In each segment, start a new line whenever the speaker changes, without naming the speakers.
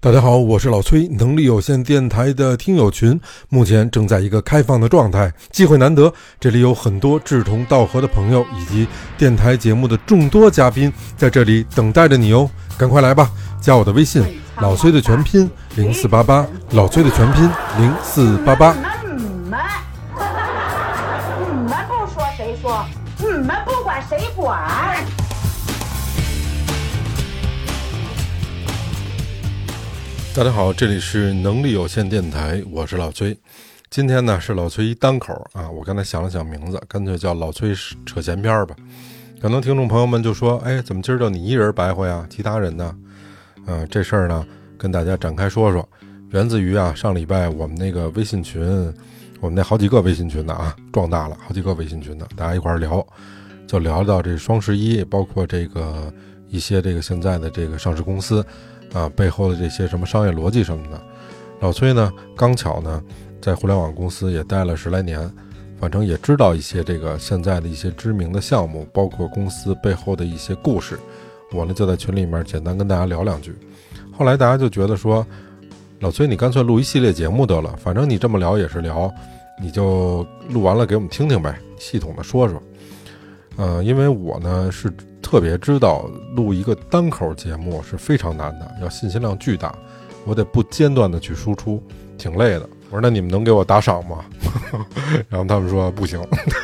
大家好，我是老崔，能力有限电台的听友群目前正在一个开放的状态，机会难得，这里有很多志同道合的朋友以及电台节目的众多嘉宾在这里等待着你哦，赶快来吧，加我的微信，老崔的全拼0488，老崔的全拼0488。
你们不说谁说？你们不管谁管？
大家好，这里是能力有限电台，我是老崔。今天呢是老崔一单口啊，我刚才想了想名字，干脆叫老崔扯闲篇吧。可能听众朋友们就说，怎么今儿就你一人白活呀？其他人呢？这事儿呢跟大家展开说说，源自于上礼拜我们那个微信群，我们那好几个微信群的壮大了好几个微信群的，大家一块聊，就聊到这双11，包括这个一些这个现在的这个上市公司。背后的这些什么商业逻辑什么的，老崔呢刚巧呢在互联网公司也待了10来年，反正也知道一些这个现在的一些知名的项目，包括公司背后的一些故事，我呢就在群里面简单跟大家聊两句。后来大家就觉得说，老崔你干脆录一系列节目得了，反正你这么聊也是聊，你就录完了给我们听听呗，系统的说说。因为我呢是特别知道录一个单口节目是非常难的，要信息量巨大，我得不间断的去输出，挺累的。我说那你们能给我打赏吗？然后他们说不行。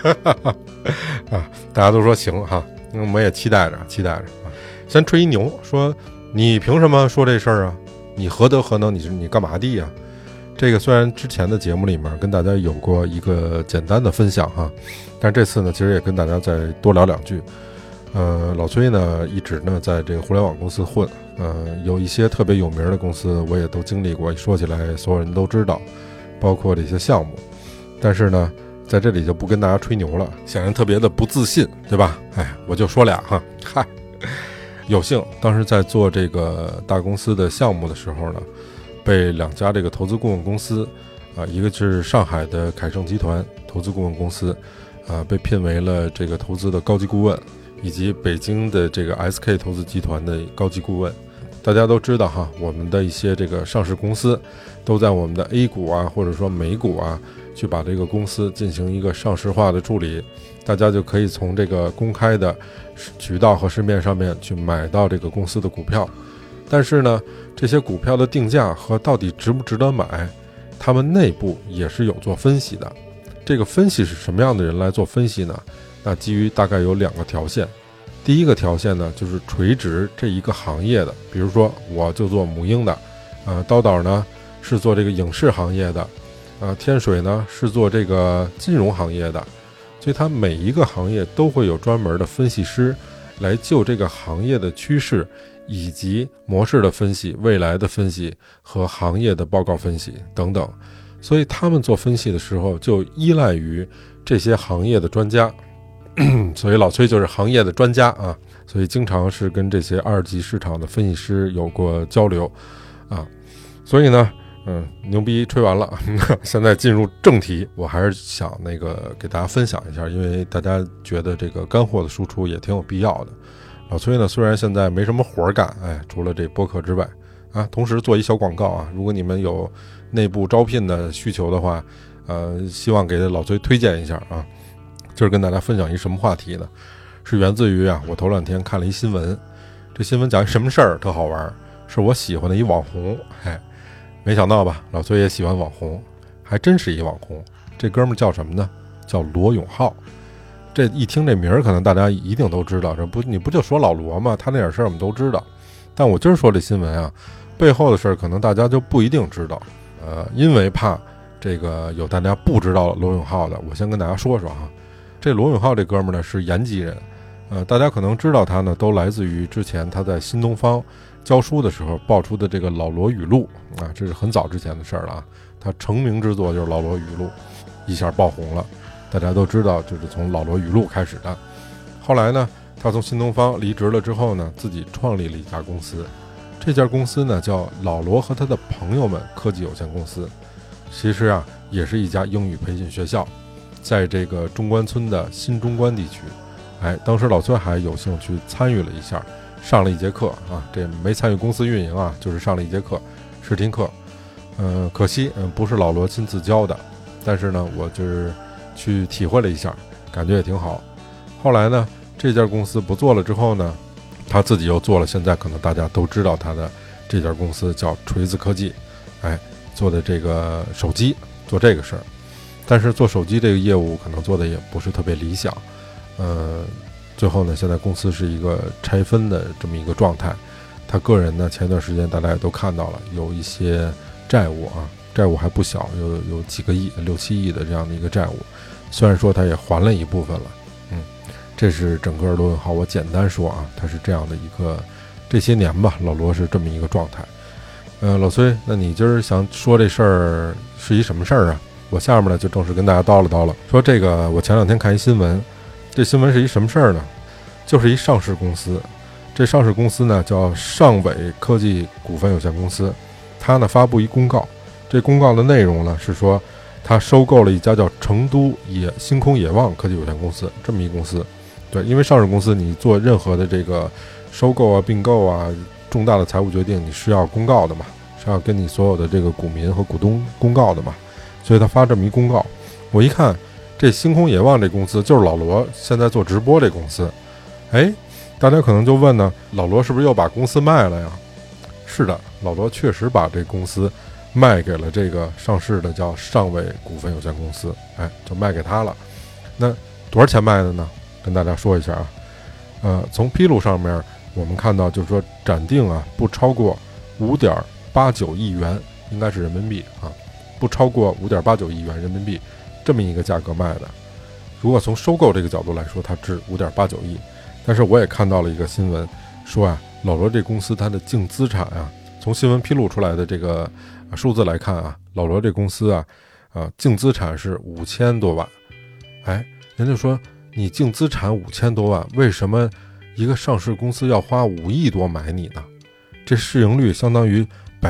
大家都说行哈，我们也期待着。先吹一牛，说你凭什么说这事儿啊？你何德何能？你干嘛的呀？这个虽然之前的节目里面跟大家有过一个简单的分享哈，但这次呢其实也跟大家再多聊两句。老崔呢一直呢在这个互联网公司混，有一些特别有名的公司我也都经历过，说起来所有人都知道，包括这些项目。但是呢在这里就不跟大家吹牛了，显然特别的不自信，对吧？我就说俩哈，有幸当时在做这个大公司的项目的时候呢，被2家这个投资顾问公司一个是上海的凯盛集团投资顾问公司被聘为了这个投资的高级顾问，以及北京的这个 SK 投资集团的高级顾问。大家都知道哈，我们的一些这个上市公司都在我们的 A 股或者说美股去把这个公司进行一个上市化的处理，大家就可以从这个公开的渠道和市面上面去买到这个公司的股票。但是呢这些股票的定价和到底值不值得买，他们内部也是有做分析的。这个分析是什么样的人来做分析呢？那基于大概有2个条线。第一个条线呢就是垂直这一个行业的，比如说我就做母婴的，叨叨呢是做这个影视行业的，天水呢是做这个金融行业的，所以它每一个行业都会有专门的分析师来就这个行业的趋势以及模式的分析、未来的分析和行业的报告分析等等，所以他们做分析的时候就依赖于这些行业的专家。所以老崔就是行业的专家所以经常是跟这些2级市场的分析师有过交流所以呢牛逼吹完了现在进入正题，我还是想给大家分享一下，因为大家觉得这个干货的输出也挺有必要的。老崔呢虽然现在没什么活干，除了这播客之外同时做一小广告如果你们有内部招聘的需求的话希望给老崔推荐一下今儿跟大家分享一什么话题呢？是源自于我头2天看了一新闻，这新闻讲一什么事儿特好玩，是我喜欢的一网红，没想到吧，老崔也喜欢网红，还真是一网红。这哥们儿叫什么呢？叫罗永浩。这一听这名儿，可能大家一定都知道，你不就说老罗吗？他那点事儿我们都知道。但我今儿说这新闻背后的事儿可能大家就不一定知道。因为怕这个有大家不知道罗永浩的，我先跟大家说说这罗永浩这哥们儿呢是延吉人，大家可能知道他呢都来自于之前他在新东方教书的时候爆出的这个老罗语录这是很早之前的事儿了他成名之作就是老罗语录，一下爆红了，大家都知道就是从老罗语录开始的。后来呢他从新东方离职了之后呢，自己创立了一家公司，这家公司呢叫老罗和他的朋友们科技有限公司，其实也是一家英语培训学校，在这个中关村的新中关地区。当时老崔还有幸去参与了一下，上了一节课这没参与公司运营就是上了一节课， 试听课。可惜不是老罗亲自教的，但是呢我就是去体会了一下，感觉也挺好。后来呢这家公司不做了之后呢，他自己又做了，现在可能大家都知道他的这家公司叫锤子科技，做的这个手机，做这个事儿。但是做手机这个业务可能做的也不是特别理想，最后呢现在公司是一个拆分的这么一个状态。他个人呢前段时间大家也都看到了，有一些债务啊，债务还不小，有几个亿，6、7亿的这样的一个债务。虽然说他也还了一部分了，这是整个罗永浩，我简单说啊，他是这样的一个，这些年吧，老罗是这么一个状态。老崔，那你今儿想说这事儿是一什么事儿啊？我下面呢就正式跟大家叨了，说这个我前2天看一新闻，这新闻是一什么事儿呢？就是一上市公司，这上市公司呢叫上伟科技股份有限公司，它呢发布一公告，这公告的内容呢是说，它收购了一家叫成都星空野望科技有限公司这么一公司。对，因为上市公司你做任何的这个收购啊、并购啊、重大的财务决定，你是要公告的嘛，是要跟你所有的这个股民和股东公告的嘛，所以他发这么一公告。我一看，这星空野望这公司就是老罗现在做直播这公司。大家可能就问呢，老罗是不是又把公司卖了呀？是的，老罗确实把这公司卖给了这个上市的叫上伟股份有限公司，就卖给他了。那多少钱卖的呢？跟大家说一下啊，从披露上面我们看到，就是说暂定啊不超过5.89亿元，应该是人民币啊，不超过5.89亿元人民币这么一个价格卖的。如果从收购这个角度来说，它值5.89亿。但是我也看到了一个新闻说啊，老罗这公司它的净资产啊，从新闻披露出来的这个数字来看啊，老罗这公司净资产是5000多万。人就说你净资产5000多万，为什么一个上市公司要花5亿多买你呢？这市盈率相当于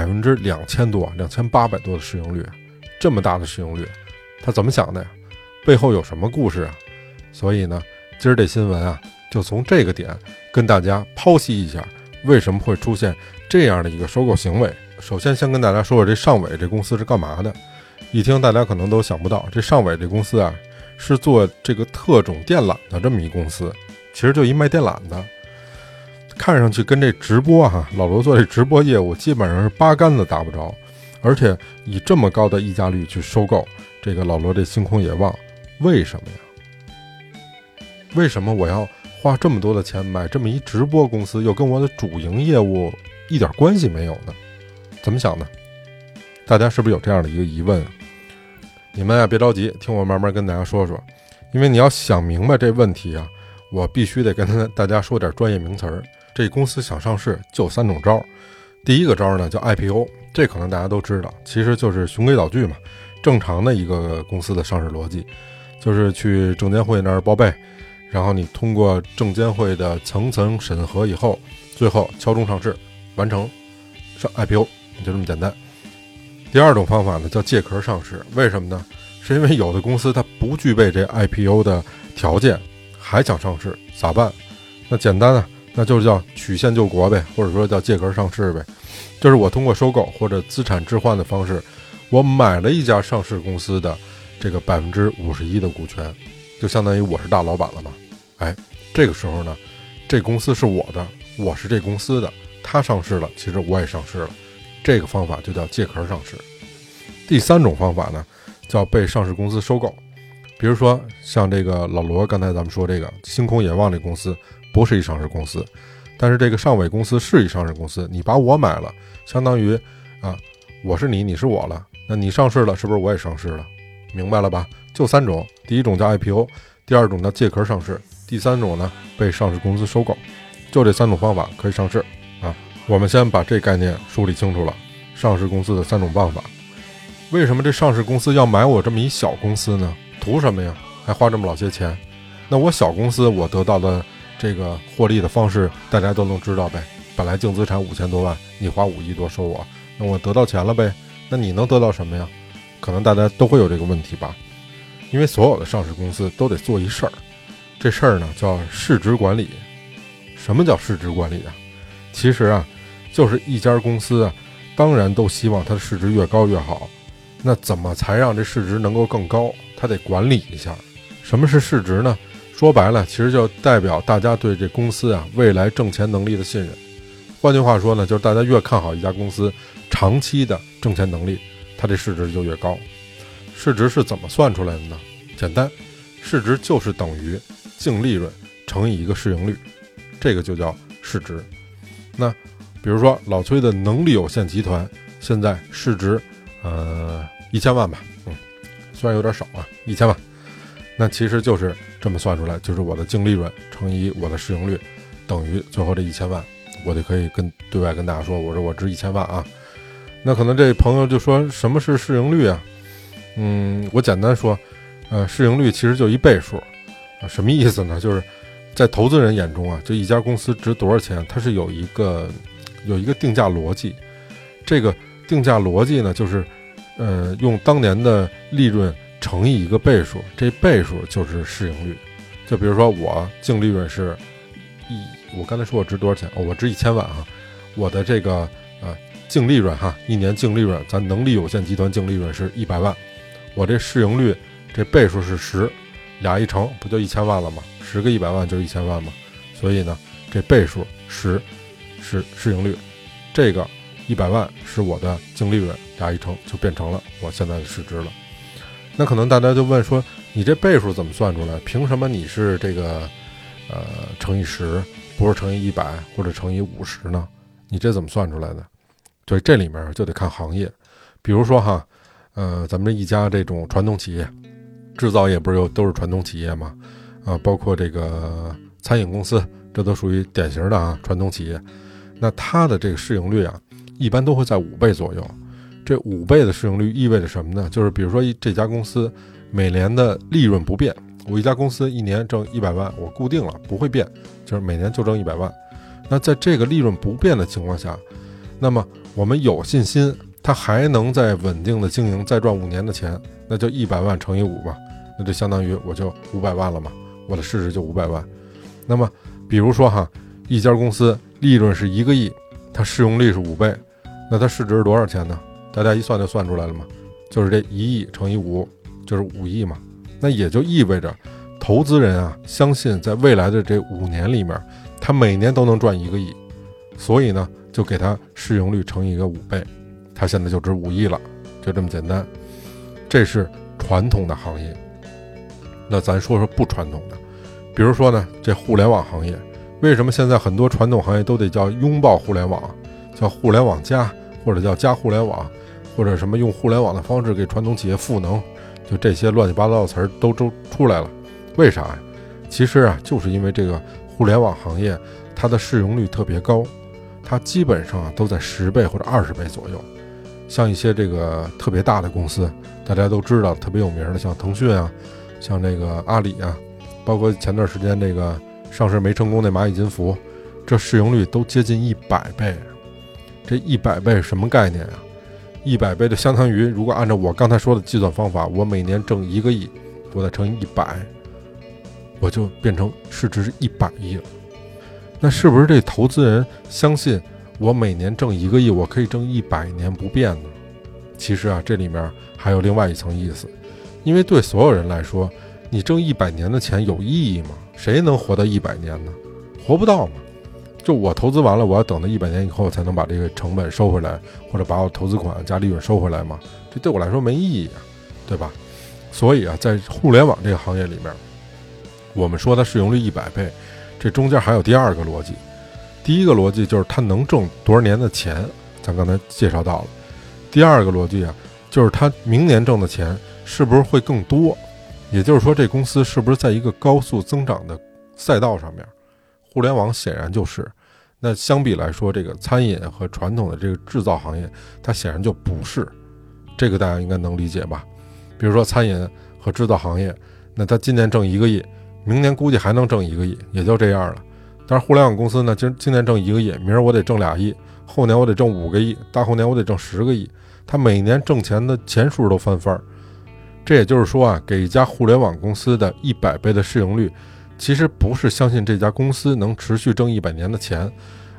2000多，2800多的市盈率，这么大的市盈率，他怎么想的呀？背后有什么故事啊？所以呢，今儿这新闻啊，就从这个点跟大家剖析一下，为什么会出现这样的一个收购行为。首先跟大家说说这上伟这公司是干嘛的。一听大家可能都想不到，这上伟这公司啊是做这个特种电缆的这么一公司，其实就一卖电缆的。看上去跟这直播老罗做这直播业务基本上是八竿子打不着，而且以这么高的溢价率去收购这个老罗这星空野望，为什么呀？为什么我要花这么多的钱买这么一直播公司，又跟我的主营业务一点关系没有呢？怎么想的？大家是不是有这样的一个疑问？你们别着急，听我慢慢跟大家说说。因为你要想明白这问题我必须得跟大家说点专业名词儿。这公司想上市就3种招。第一个招呢叫 IPO， 这可能大家都知道，其实就是循规蹈矩嘛，正常的一个公司的上市逻辑，就是去证监会那儿报备，然后你通过证监会的层层审核以后，最后敲钟上市，完成上 IPO， 就这么简单。第二种方法呢叫借壳上市，为什么呢？是因为有的公司它不具备这 IPO 的条件，还想上市，咋办？那简单那就是叫曲线救国呗，或者说叫借壳上市呗。就是我通过收购或者资产置换的方式，我买了一家上市公司的这个51%的股权，就相当于我是大老板了嘛。这个时候呢，这公司是我的，我是这公司的，它上市了，其实我也上市了。这个方法就叫借壳上市。第三种方法呢，叫被上市公司收购。比如说像这个老罗刚才咱们说这个星空野望这公司不是一上市公司，但是这个上伟公司是一上市公司，你把我买了，相当于我是你，你是我了，那你上市了，是不是我也上市了？明白了吧？就3种，第一种叫 IPO， 第二种叫借壳上市，第三种呢被上市公司收购。就这3种方法可以上市我们先把这概念梳理清楚了，上市公司的3种办法。为什么这上市公司要买我这么一小公司呢？图什么呀？还花这么老些钱？那我小公司我得到的这个获利的方式大家都能知道呗，本来净资产5000多万，你花5亿多收我，那我得到钱了呗。那你能得到什么呀？可能大家都会有这个问题吧。因为所有的上市公司都得做一事儿，这事儿呢叫市值管理。什么叫市值管理其实就是一家公司当然都希望它的市值越高越好。那怎么才让这市值能够更高？它得管理一下。什么是市值呢？说白了，其实就代表大家对这公司未来挣钱能力的信任。换句话说呢，就是大家越看好一家公司长期的挣钱能力，它这市值就越高。市值是怎么算出来的呢？简单，市值就是等于净利润乘以一个市盈率，这个就叫市值。那比如说老崔的能力有限集团现在市值1000万吧，虽然有点少1000万，那其实就是这么算出来，就是我的净利润乘以我的市盈率等于最后这1000万，我就可以对外跟大家说，我说我值1000万啊。那可能这朋友就说什么是市盈率啊？我简单说，市盈率其实就一倍数什么意思呢？就是在投资人眼中就一家公司值多少钱，它是有一个定价逻辑。这个定价逻辑呢，就是用当年的利润乘以一个倍数，这倍数就是市盈率。就比如说我净利润是我刚才说我值多少钱？我值1000万我的这个净利润一年净利润，咱能力有限集团净利润是100万，我这市盈率这倍数是10，俩一乘不就1000万了吗？10个100万就是1000万嘛。所以呢，这倍数10是市盈率，这个100万是我的净利润，俩一乘就变成了我现在的市值了。那可能大家就问说，你这倍数怎么算出来？凭什么你是这个乘以10，不是乘以100或者乘以50呢？你这怎么算出来的？所以这里面就得看行业。比如说咱们这一家这种传统企业，制造业不是都是传统企业吗？包括这个餐饮公司，这都属于典型的传统企业。那它的这个市盈率一般都会在5倍左右。这5倍的市盈率意味着什么呢？就是比如说这家公司每年的利润不变，我一家公司一年挣100万，我固定了不会变，就是每年就挣100万。那在这个利润不变的情况下，那么我们有信心它还能在稳定的经营再赚5年的钱，那就100万乘以5嘛，那就相当于我就500万了嘛，我的市值就500万。那么比如说一家公司利润是1个亿，它市盈率是5倍，那它市值是多少钱呢？大家一算就算出来了嘛，就是这1亿乘以5就是5亿嘛。那也就意味着投资人相信在未来的这5年里面，他每年都能赚1个亿，所以呢就给他市盈率乘以一个5倍，他现在就值5亿了，就这么简单。这是传统的行业。那咱说说不传统的，比如说呢，这互联网行业，为什么现在很多传统行业都得叫拥抱互联网，叫互联网加，或者叫加互联网，或者什么用互联网的方式给传统企业赋能，就这些乱七八糟的词儿都出来了。为啥呀？其实就是因为这个互联网行业它的市盈率特别高，它基本上都在10倍或者20倍左右。像一些这个特别大的公司，大家都知道特别有名的，像腾讯像这个阿里包括前段时间这个上市没成功那蚂蚁金服，这市盈率都接近100倍。这100倍是什么概念？100倍就相当于，如果按照我刚才说的计算方法，我每年挣1个亿，我再乘以100，我就变成市值是100亿了。那是不是这投资人相信我每年挣1个亿，我可以挣100年不变呢？其实这里面还有另外一层意思。因为对所有人来说，你挣100年的钱有意义吗？谁能活到100年呢？活不到嘛。就我投资完了，我要等到100年以后才能把这个成本收回来，或者把我投资款加利润收回来嘛，这对我来说没意义对吧？所以在互联网这个行业里面，我们说它市盈率100倍，这中间还有第二个逻辑。第一个逻辑就是它能挣多少年的钱，咱刚才介绍到了。第二个逻辑就是它明年挣的钱是不是会更多，也就是说这公司是不是在一个高速增长的赛道上面。互联网显然就是，那相比来说，这个餐饮和传统的这个制造行业，它显然就不是。这个大家应该能理解吧？比如说餐饮和制造行业，那它今年挣1个亿，明年估计还能挣1个亿，也就这样了。但是互联网公司呢，今年挣1个亿，明儿我得挣2亿，后年我得挣5个亿，大后年我得挣10个亿，它每年挣钱的钱数都翻番。这也就是说给一家互联网公司的100倍的市盈率，其实不是相信这家公司能持续挣100年的钱，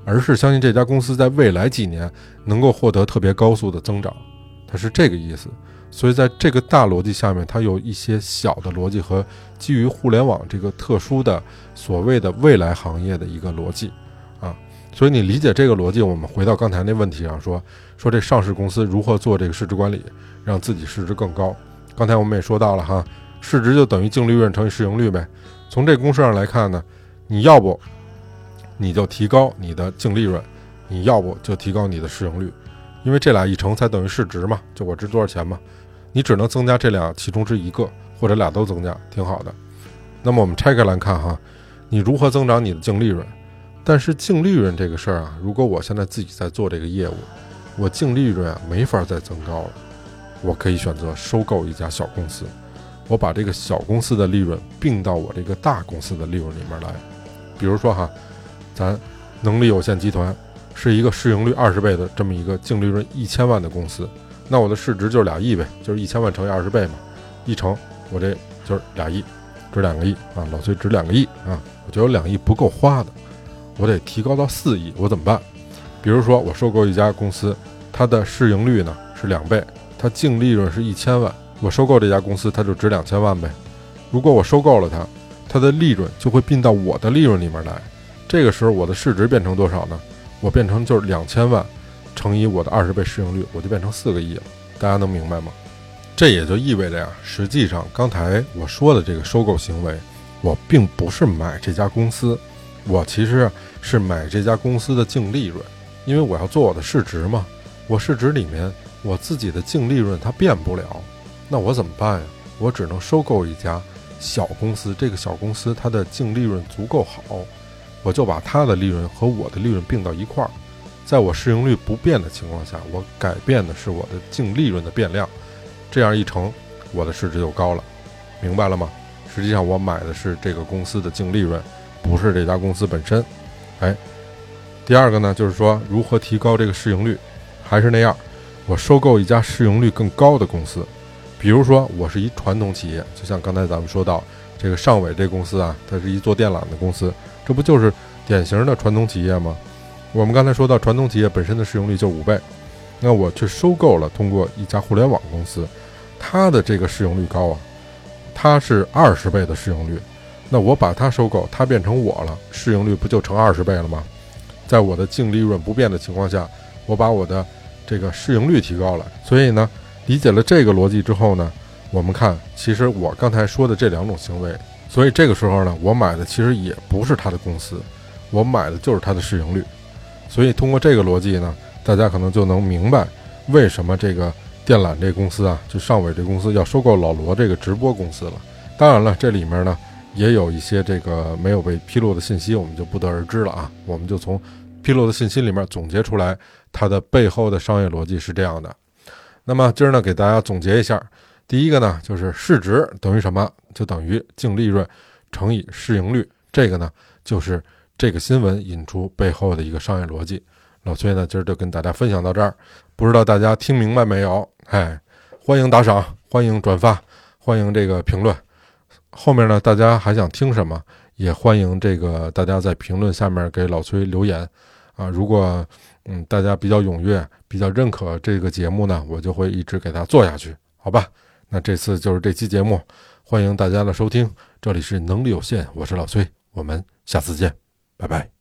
而是相信这家公司在未来几年能够获得特别高速的增长，它是这个意思。所以在这个大逻辑下面，它有一些小的逻辑和基于互联网这个特殊的所谓的未来行业的一个逻辑啊。所以你理解这个逻辑，我们回到刚才那问题上说这上市公司如何做这个市值管理，让自己市值更高。刚才我们也说到了哈，市值就等于净利润乘以市盈率呗。从这公式上来看呢，你要不你就提高你的净利润，你要不就提高你的市盈率，因为这俩一乘才等于市值嘛，就我值多少钱嘛。你只能增加这俩其中之一个，或者俩都增加，挺好的。那么我们拆开来看哈，你如何增长你的净利润？但是净利润这个事儿啊，如果我现在自己在做这个业务，我净利润啊没法再增高了。我可以选择收购一家小公司，我把这个小公司的利润并到我这个大公司的利润里面来。比如说哈，咱能力有限集团是一个市盈率20倍的这么一个净利润1000万的公司，那我的市值就是2亿呗，就是1000万乘以20倍嘛，一乘我这就是2亿，值2个亿啊，老崔值2个亿啊，我觉得2亿不够花的，我得提高到4亿，我怎么办？比如说我收购一家公司，它的市盈率呢是2倍，它净利润是1000万，我收购这家公司它就值2000万呗。如果我收购了它的利润就会并到我的利润里面来，这个时候我的市值变成多少呢？我变成就是2000万乘以我的20倍市盈率，我就变成4个亿了。大家能明白吗？这也就意味着呀，实际上刚才我说的这个收购行为，我并不是买这家公司，我其实是买这家公司的净利润，因为我要做我的市值嘛，我市值里面我自己的净利润它变不了，那我怎么办呀？我只能收购一家小公司，这个小公司它的净利润足够好，我就把它的利润和我的利润并到一块儿，在我市盈率不变的情况下，我改变的是我的净利润的变量，这样一乘，我的市值就高了，明白了吗？实际上我买的是这个公司的净利润，不是这家公司本身。第二个呢，就是说如何提高这个市盈率，还是那样，我收购一家市盈率更高的公司。比如说我是一传统企业，就像刚才咱们说到这个上伟这公司啊，它是一做电缆的公司，这不就是典型的传统企业吗？我们刚才说到传统企业本身的市盈率就5倍，那我去收购了通过一家互联网公司，它的这个市盈率高啊，它是20倍的市盈率，那我把它收购，它变成我了，市盈率不就成20倍了吗？在我的净利润不变的情况下，我把我的这个市盈率提高了。所以呢，理解了这个逻辑之后呢，我们看其实我刚才说的这2种行为，所以这个时候呢，我买的其实也不是他的公司，我买的就是他的市盈率。所以通过这个逻辑呢，大家可能就能明白为什么这个电缆这公司啊，就上伟这公司要收购老罗这个直播公司了。当然了，这里面呢也有一些这个没有被披露的信息，我们就不得而知了啊。我们就从披露的信息里面总结出来，它的背后的商业逻辑是这样的。那么今儿呢，给大家总结一下。第一个呢，就是市值等于什么？就等于净利润乘以市盈率。这个呢，就是这个新闻引出背后的一个商业逻辑。老崔呢，今儿就跟大家分享到这儿，不知道大家听明白没有？欢迎打赏，欢迎转发，欢迎这个评论。后面呢，大家还想听什么？也欢迎这个大家在评论下面给老崔留言啊。如果大家比较踊跃，比较认可这个节目呢，我就会一直给它做下去，好吧？那这次就是这期节目，欢迎大家的收听，这里是能力有限，我是老崔，我们下次见，拜拜。